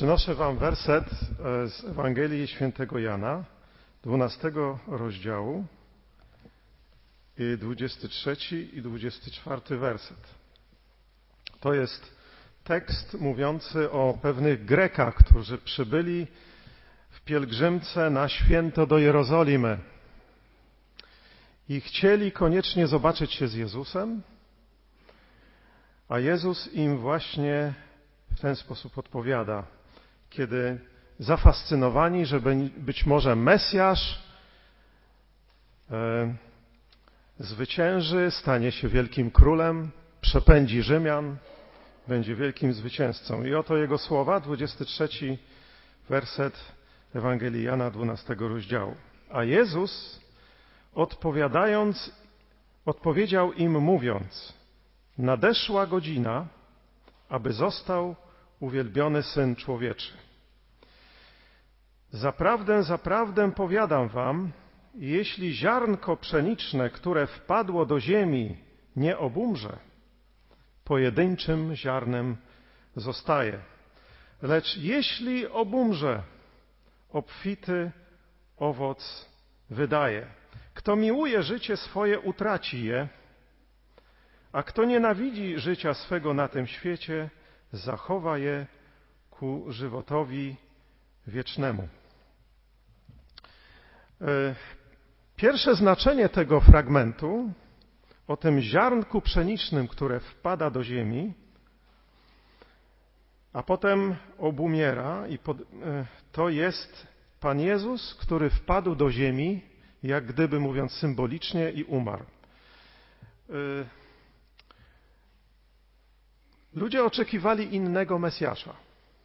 Przynoszę wam werset z Ewangelii Świętego Jana, 12 rozdziału, 23 i 24 werset. To jest tekst mówiący o pewnych Grekach, którzy przybyli w pielgrzymce na święto do Jerozolimy i chcieli koniecznie zobaczyć się z Jezusem, a Jezus im właśnie w ten sposób odpowiada, kiedy zafascynowani, że być może Mesjasz zwycięży, stanie się wielkim królem, przepędzi Rzymian, będzie wielkim zwycięzcą. I oto jego słowa, 23 werset Ewangelii Jana, 12 rozdziału. A Jezus odpowiedział im mówiąc: nadeszła godzina, aby został uwielbiony Syn Człowieczy. Zaprawdę, zaprawdę powiadam wam, jeśli ziarnko pszeniczne, które wpadło do ziemi, nie obumrze, pojedynczym ziarnem zostaje. Lecz jeśli obumrze, obfity owoc wydaje. Kto miłuje życie swoje, utraci je, a kto nienawidzi życia swego na tym świecie, zachowa je ku żywotowi wiecznemu. Pierwsze znaczenie tego fragmentu o tym ziarnku pszenicznym, które wpada do ziemi, a potem obumiera, to jest Pan Jezus, który wpadł do ziemi, jak gdyby mówiąc symbolicznie, i umarł. Ludzie oczekiwali innego Mesjasza.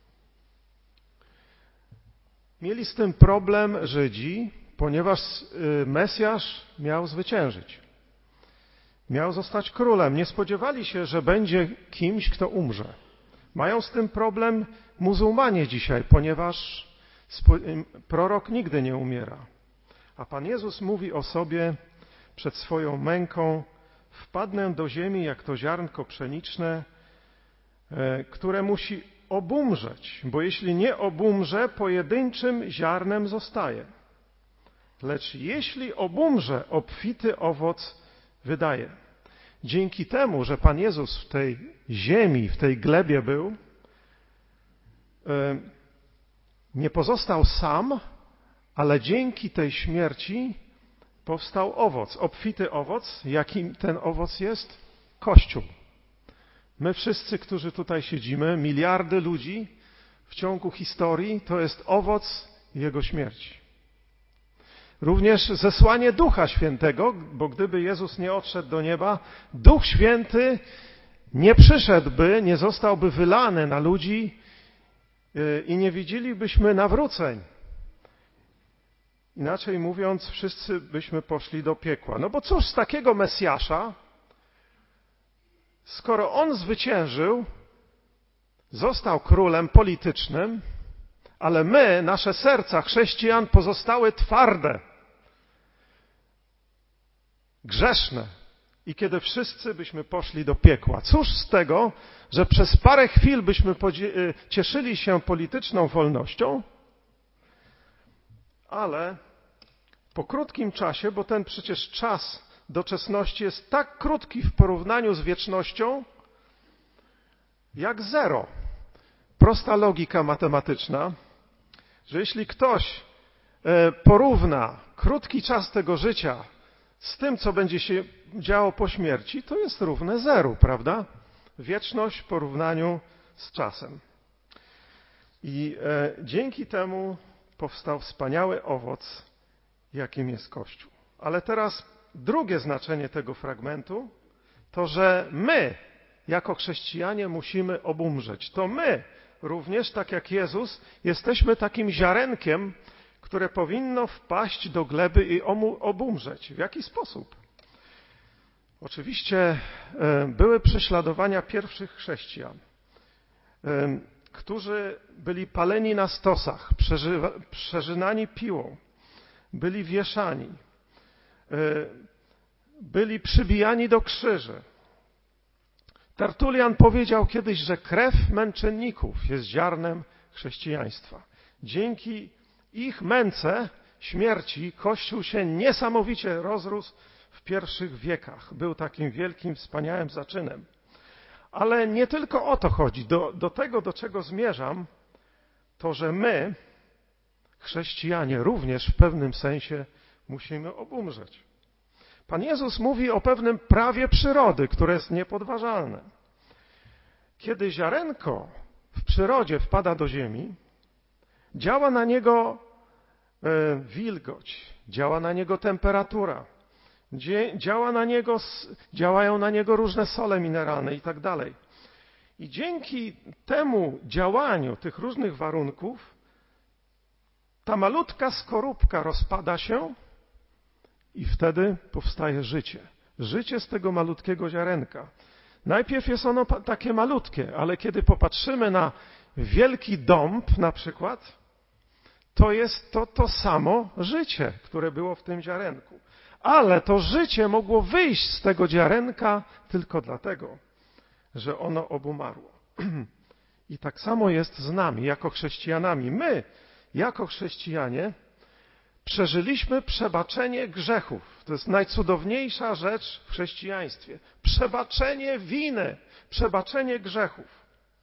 Mieli z tym problem Żydzi, ponieważ Mesjasz miał zwyciężyć. Miał zostać królem. Nie spodziewali się, że będzie kimś, kto umrze. Mają z tym problem muzułmanie dzisiaj, ponieważ prorok nigdy nie umiera. A Pan Jezus mówi o sobie przed swoją męką: wpadnę do ziemi jak to ziarnko pszeniczne, które musi obumrzeć, bo jeśli nie obumrze, pojedynczym ziarnem zostaje. Lecz jeśli obumrze, obfity owoc wydaje. Dzięki temu, że Pan Jezus w tej ziemi, w tej glebie był, nie pozostał sam, ale dzięki tej śmierci powstał owoc, obfity owoc. Jakim ten owoc jest? Kościół. My wszyscy, którzy tutaj siedzimy, miliardy ludzi w ciągu historii, to jest owoc Jego śmierci. Również zesłanie Ducha Świętego, bo gdyby Jezus nie odszedł do nieba, Duch Święty nie przyszedłby, nie zostałby wylany na ludzi i nie widzielibyśmy nawróceń. Inaczej mówiąc, wszyscy byśmy poszli do piekła. No bo cóż z takiego Mesjasza, skoro On zwyciężył, został królem politycznym, ale my, nasze serca chrześcijan pozostały twarde, grzeszne. I kiedy wszyscy byśmy poszli do piekła, cóż z tego, że przez parę chwil byśmy cieszyli się polityczną wolnością, ale po krótkim czasie, bo ten przecież czas doczesności jest tak krótki w porównaniu z wiecznością, jak zero. Prosta logika matematyczna, że jeśli ktoś porówna krótki czas tego życia z tym, co będzie się działo po śmierci, to jest równe zeru, prawda? Wieczność w porównaniu z czasem. I dzięki temu powstał wspaniały owoc, jakim jest Kościół. Ale teraz drugie znaczenie tego fragmentu to, że my, jako chrześcijanie, musimy obumrzeć. To my również, tak jak Jezus, jesteśmy takim ziarenkiem, które powinno wpaść do gleby i obumrzeć. W jaki sposób? Oczywiście były prześladowania pierwszych chrześcijan, którzy byli paleni na stosach, przerzynani piłą, byli wieszani, byli przybijani do krzyży. Tertulian powiedział kiedyś, że krew męczenników jest ziarnem chrześcijaństwa. Dzięki ich męce, śmierci, Kościół się niesamowicie rozrósł w pierwszych wiekach. Był takim wielkim, wspaniałym zaczynem. Ale nie tylko o to chodzi. Do tego, do czego zmierzam, to, że my, chrześcijanie, również w pewnym sensie musimy obumrzeć. Pan Jezus mówi o pewnym prawie przyrody, które jest niepodważalne. Kiedy ziarenko w przyrodzie wpada do ziemi, działa na niego wilgoć, działa na niego temperatura, działają na niego różne sole mineralne i tak dalej. I dzięki temu działaniu tych różnych warunków ta malutka skorupka rozpada się i wtedy powstaje życie. Życie z tego malutkiego ziarenka. Najpierw jest ono takie malutkie, ale kiedy popatrzymy na wielki dąb na przykład, to jest to samo życie, które było w tym ziarenku. Ale to życie mogło wyjść z tego ziarenka tylko dlatego, że ono obumarło. I tak samo jest z nami, jako chrześcijanami. My, jako chrześcijanie, przeżyliśmy przebaczenie grzechów. To jest najcudowniejsza rzecz w chrześcijaństwie. Przebaczenie winy, przebaczenie grzechów.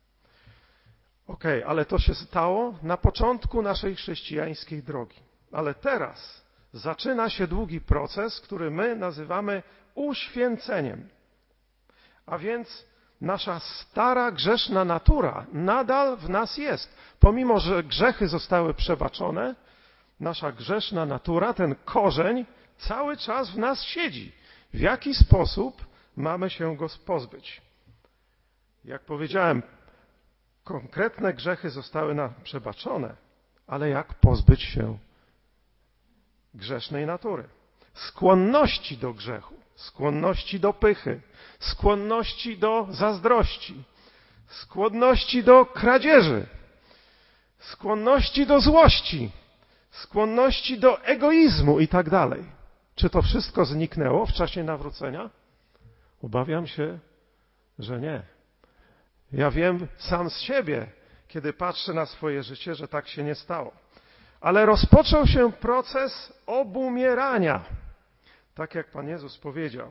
Ale to się stało na początku naszej chrześcijańskiej drogi. Ale teraz zaczyna się długi proces, który my nazywamy uświęceniem. A więc nasza stara, grzeszna natura nadal w nas jest. Pomimo, że grzechy zostały przebaczone, nasza grzeszna natura, ten korzeń cały czas w nas siedzi. W jaki sposób mamy się go pozbyć? Jak powiedziałem, konkretne grzechy zostały nam przebaczone, ale jak pozbyć się grzesznej natury? Skłonności do grzechu, skłonności do pychy, skłonności do zazdrości, skłonności do kradzieży, skłonności do złości, skłonności do egoizmu i tak dalej. Czy to wszystko zniknęło w czasie nawrócenia? Obawiam się, że nie. Ja wiem sam z siebie, kiedy patrzę na swoje życie, że tak się nie stało. Ale rozpoczął się proces obumierania, tak jak Pan Jezus powiedział.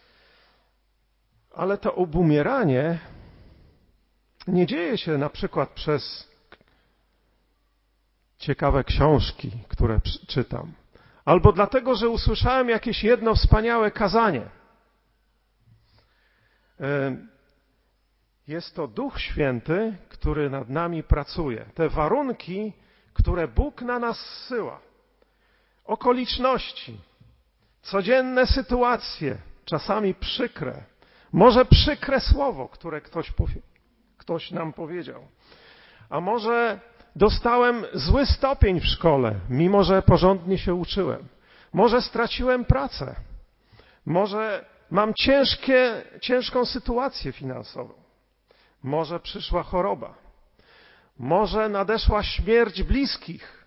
Ale to obumieranie nie dzieje się na przykład przez ciekawe książki, które czytam, albo dlatego, że usłyszałem jakieś jedno wspaniałe kazanie. Jest to Duch Święty, który nad nami pracuje. Te warunki, które Bóg na nas zsyła, okoliczności, codzienne sytuacje, czasami przykre, może przykre słowo, które ktoś nam powiedział, a może dostałem zły stopień w szkole, mimo że porządnie się uczyłem, może straciłem pracę, może mam ciężką sytuację finansową, może przyszła choroba, może nadeszła śmierć bliskich.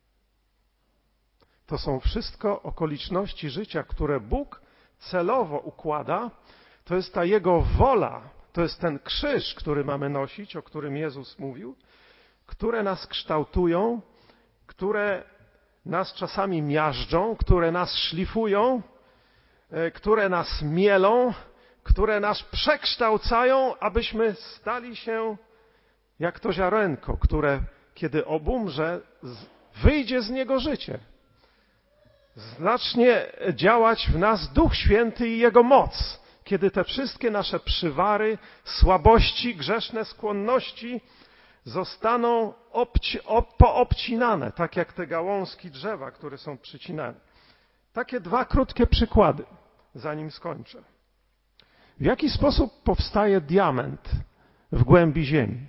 To są wszystko okoliczności życia, które Bóg celowo układa. To jest ta Jego wola, to jest ten krzyż, który mamy nosić, o którym Jezus mówił, które nas kształtują, które nas czasami miażdżą, które nas szlifują, które nas mielą, które nas przekształcają, abyśmy stali się jak to ziarenko, które kiedy obumrze, wyjdzie z niego życie. Zacznie działać w nas Duch Święty i Jego moc, kiedy te wszystkie nasze przywary, słabości, grzeszne skłonności zostaną poobcinane, tak jak te gałązki drzewa, które są przycinane. Takie dwa krótkie przykłady, zanim skończę. W jaki sposób powstaje diament w głębi ziemi?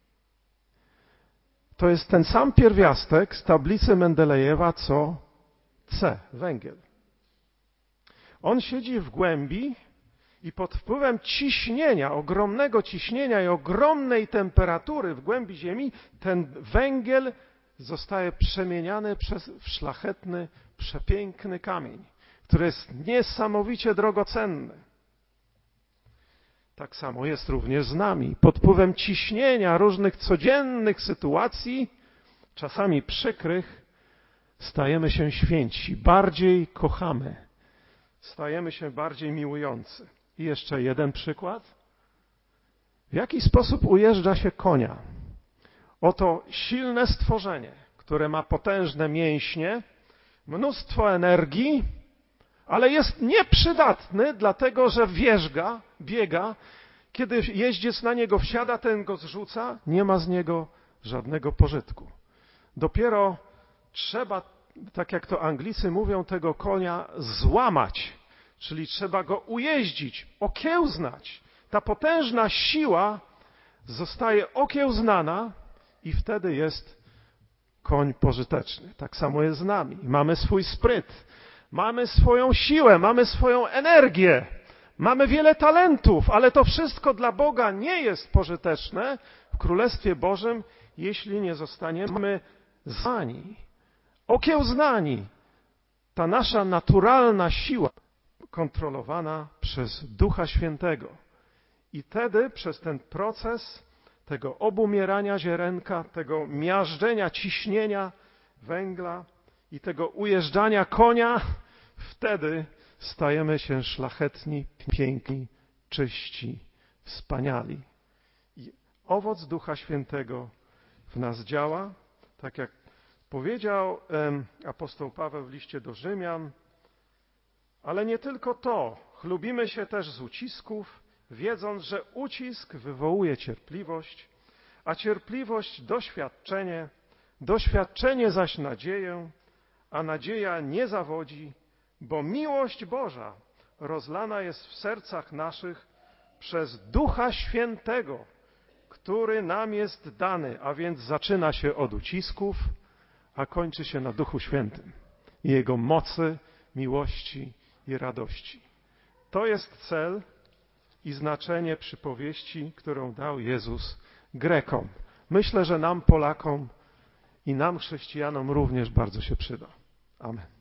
To jest ten sam pierwiastek z tablicy Mendelejewa, co węgiel. On siedzi w głębi i pod wpływem ciśnienia, ogromnego ciśnienia i ogromnej temperatury w głębi ziemi, ten węgiel zostaje przemieniany w szlachetny, przepiękny kamień, który jest niesamowicie drogocenny. tak samo jest również z nami. Pod wpływem ciśnienia różnych codziennych sytuacji, czasami przykrych, stajemy się świętsi, bardziej kochamy, stajemy się bardziej miłujący. I jeszcze jeden przykład. W jaki sposób ujeżdża się konia? Oto silne stworzenie, które ma potężne mięśnie, mnóstwo energii, ale jest nieprzydatny, dlatego że biega. Kiedy jeździec na niego wsiada, ten go zrzuca, nie ma z niego żadnego pożytku. Dopiero trzeba, tak jak to Anglicy mówią, tego konia złamać, czyli trzeba go ujeździć, okiełznać. Ta potężna siła zostaje okiełznana i wtedy jest koń pożyteczny. Tak samo jest z nami. Mamy swój spryt, mamy swoją siłę, mamy swoją energię, mamy wiele talentów, ale to wszystko dla Boga nie jest pożyteczne w Królestwie Bożym, jeśli nie zostaniemy znani, okiełznani. Ta nasza naturalna siła kontrolowana przez Ducha Świętego. I wtedy przez ten proces tego obumierania ziarenka, tego miażdżenia, ciśnienia węgla i tego ujeżdżania konia, wtedy stajemy się szlachetni, piękni, czyści, wspaniali. I owoc Ducha Świętego w nas działa, tak jak powiedział apostoł Paweł w liście do Rzymian, ale nie tylko to, chlubimy się też z ucisków, wiedząc, że ucisk wywołuje cierpliwość, a cierpliwość doświadczenie, doświadczenie zaś nadzieję, a nadzieja nie zawodzi, bo miłość Boża rozlana jest w sercach naszych przez Ducha Świętego, który nam jest dany, a więc zaczyna się od ucisków, a kończy się na Duchu Świętym i Jego mocy, miłości i radości. To jest cel i znaczenie przypowieści, którą dał Jezus Grekom. Myślę, że nam, Polakom i nam, chrześcijanom również bardzo się przyda. Amen.